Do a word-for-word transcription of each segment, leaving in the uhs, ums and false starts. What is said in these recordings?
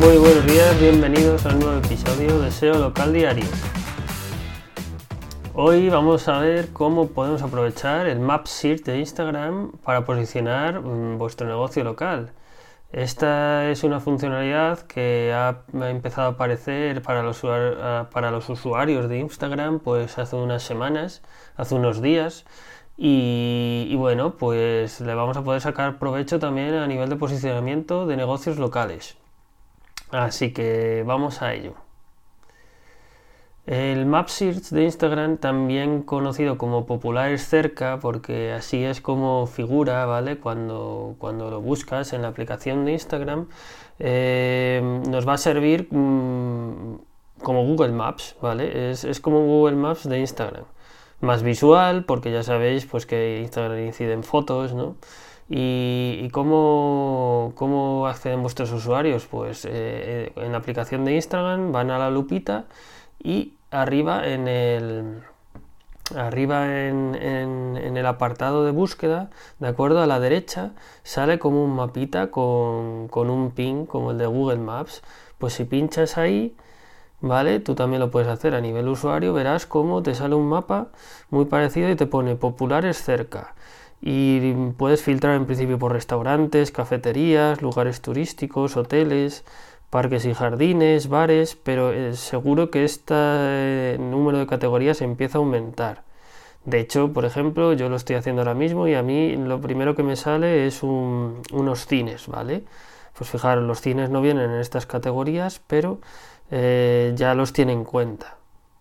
Muy buenos días, bienvenidos a un nuevo episodio de S E O Local Diario. Hoy vamos a ver cómo podemos aprovechar el Map Search de Instagram para posicionar mmm, vuestro negocio local. Esta es una funcionalidad que ha, ha empezado a aparecer para los, para los usuarios de Instagram pues hace unas semanas, hace unos días. Y, y bueno, pues le vamos a poder sacar provecho también a nivel de posicionamiento de negocios locales. Así que vamos a ello. El Map Search de Instagram, también conocido como populares cerca, porque así es como figura, ¿vale? Cuando, cuando lo buscas en la aplicación de Instagram, eh, nos va a servir mmm, como Google Maps, ¿vale? Es, es como Google Maps de Instagram. Más visual, porque ya sabéis pues que Instagram incide en fotos, ¿no? ¿Y, y cómo, cómo acceden vuestros usuarios? Pues eh, en la aplicación de Instagram van a la lupita y arriba en el, arriba en, en, en el apartado de búsqueda, de acuerdo, a la derecha, sale como un mapita con, con un pin como el de Google Maps. Pues si pinchas ahí, ¿vale? Tú también lo puedes hacer a nivel usuario, verás cómo te sale un mapa muy parecido y te pone populares cerca. Y puedes filtrar en principio por restaurantes, cafeterías, lugares turísticos, hoteles, parques y jardines, bares, pero eh, seguro que este eh, número de categorías empieza a aumentar. De hecho, por ejemplo, yo lo estoy haciendo ahora mismo y a mí lo primero que me sale es un, unos cines, ¿vale? Pues fijaros, los cines no vienen en estas categorías, pero eh, ya los tiene en cuenta.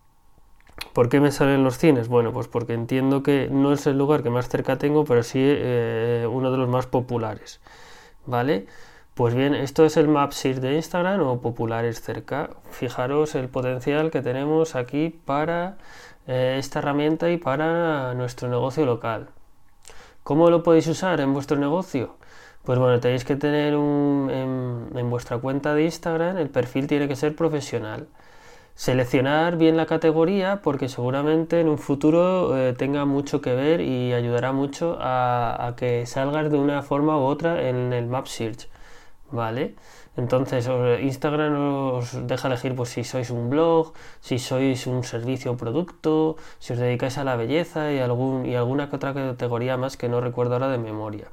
¿Por qué me salen los cines? Bueno, pues porque entiendo que no es el lugar que más cerca tengo, pero sí eh, uno de los más populares, ¿vale? Pues bien, esto es el Map Search de Instagram o populares cerca. Fijaros el potencial que tenemos aquí para eh, esta herramienta y para nuestro negocio local. ¿Cómo lo podéis usar en vuestro negocio? Pues bueno, tenéis que tener un, en, en vuestra cuenta de Instagram, el perfil tiene que ser profesional. Seleccionar bien la categoría porque seguramente en un futuro eh, tenga mucho que ver y ayudará mucho a, a que salgas de una forma u otra en el Map Search, ¿vale? Entonces Instagram os deja elegir pues, si sois un blog, si sois un servicio o producto, si os dedicáis a la belleza y, algún, y alguna que otra categoría más que no recuerdo ahora de memoria.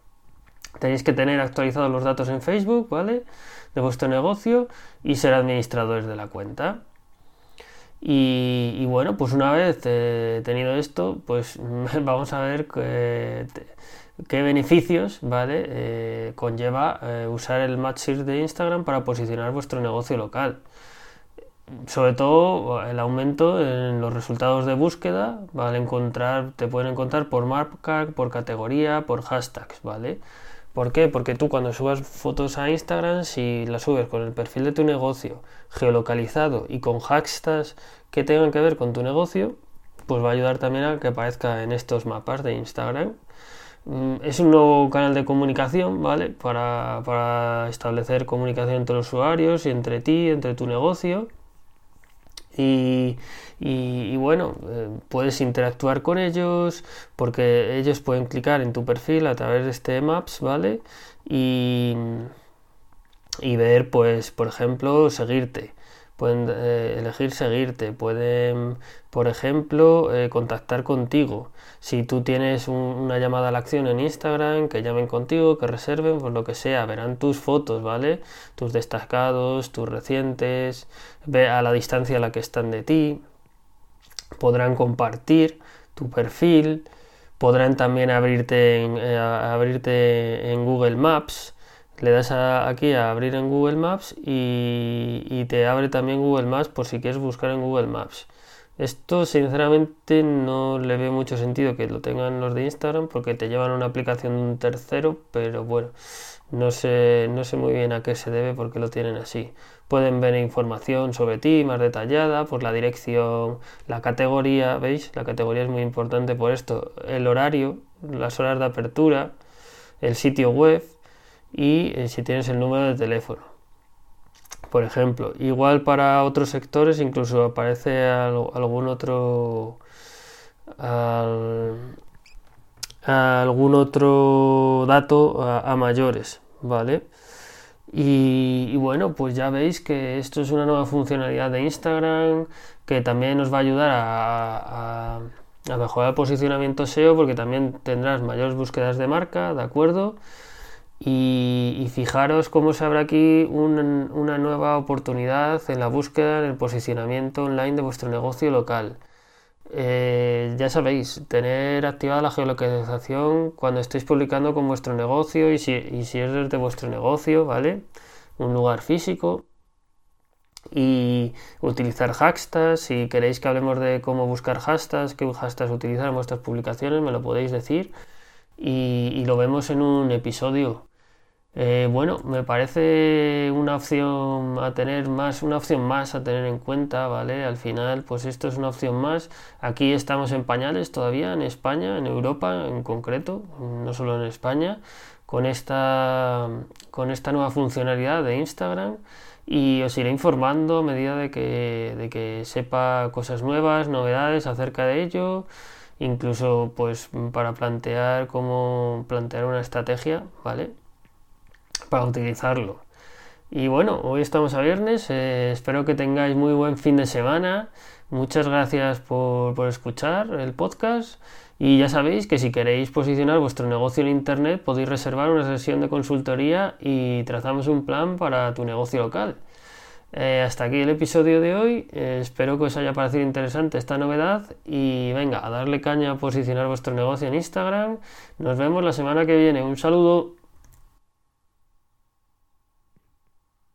Tenéis que tener actualizados los datos en Facebook, ¿vale? De vuestro negocio y ser administradores de la cuenta. Y, y bueno, pues una vez eh, tenido esto, pues vamos a ver qué, qué beneficios, ¿vale? Eh, conlleva eh, usar el Map Search de Instagram para posicionar vuestro negocio local. Sobre todo el aumento en los resultados de búsqueda, ¿vale? Encontrar, te pueden encontrar por marca, por categoría, por hashtags, ¿vale? ¿Por qué? Porque tú cuando subas fotos a Instagram, si las subes con el perfil de tu negocio geolocalizado y con hashtags que tengan que ver con tu negocio, pues va a ayudar también a que aparezca en estos mapas de Instagram. Es un nuevo canal de comunicación, ¿vale? Para, para establecer comunicación entre los usuarios y entre ti, entre tu negocio. Y, y, y bueno, eh, puedes interactuar con ellos porque ellos pueden clicar en tu perfil a través de este Maps, ¿vale? Y, y ver, pues, por ejemplo, seguirte. Pueden eh, elegir seguirte, pueden, por ejemplo, eh, contactar contigo. Si tú tienes un, una llamada a la acción en Instagram, que llamen contigo, que reserven, pues lo que sea, verán tus fotos, ¿vale? Tus destacados, tus recientes, ve a la distancia a la que están de ti, podrán compartir tu perfil, podrán también abrirte en, eh, abrirte en Google Maps. Le das a, aquí a abrir en Google Maps y, y te abre también Google Maps por si quieres buscar en Google Maps. Esto sinceramente no le veo mucho sentido que lo tengan los de Instagram porque te llevan una aplicación de un tercero, pero bueno, no sé, no sé muy bien a qué se debe porque lo tienen así. Pueden ver información sobre ti más detallada, por la dirección, la categoría, ¿veis? La categoría es muy importante por esto, el horario, las horas de apertura, el sitio web y eh, si tienes el número de teléfono, por ejemplo. Igual para otros sectores incluso aparece algo, algún otro al, algún otro dato a, a mayores, ¿vale? Y, y bueno, pues ya veis que esto es una nueva funcionalidad de Instagram que también nos va a ayudar a, a- a mejorar el posicionamiento S E O porque también tendrás mayores búsquedas de marca, ¿de acuerdo? Y, y fijaros cómo se abre aquí un- una nueva oportunidad en la búsqueda, en el posicionamiento online de vuestro negocio local. Eh, ya sabéis, tener activada la geolocalización cuando estéis publicando con vuestro negocio y si, y si es desde vuestro negocio, ¿vale? Un lugar físico. Y utilizar hashtags. Si queréis que hablemos de cómo buscar hashtags, qué hashtags utilizar en vuestras publicaciones, me lo podéis decir. Y, y lo vemos en un episodio. Eh, bueno, me parece una opción a tener más, una opción más a tener en cuenta, ¿vale? Al final, pues esto es una opción más. Aquí estamos en pañales todavía, en España, en Europa en concreto, no solo en España, con esta, con esta nueva funcionalidad de Instagram. Y os iré informando a medida de que, de que sepa cosas nuevas, novedades acerca de ello, incluso pues para plantear cómo plantear una estrategia, ¿vale? Para utilizarlo. Y bueno, hoy estamos a viernes, eh, espero que tengáis muy buen fin de semana. Muchas gracias por, por escuchar el podcast y ya sabéis que si queréis posicionar vuestro negocio en internet podéis reservar una sesión de consultoría y trazamos un plan para tu negocio local. Eh, hasta aquí el episodio de hoy, eh, espero que os haya parecido interesante esta novedad y venga, a darle caña a posicionar vuestro negocio en Instagram. Nos vemos la semana que viene, un saludo.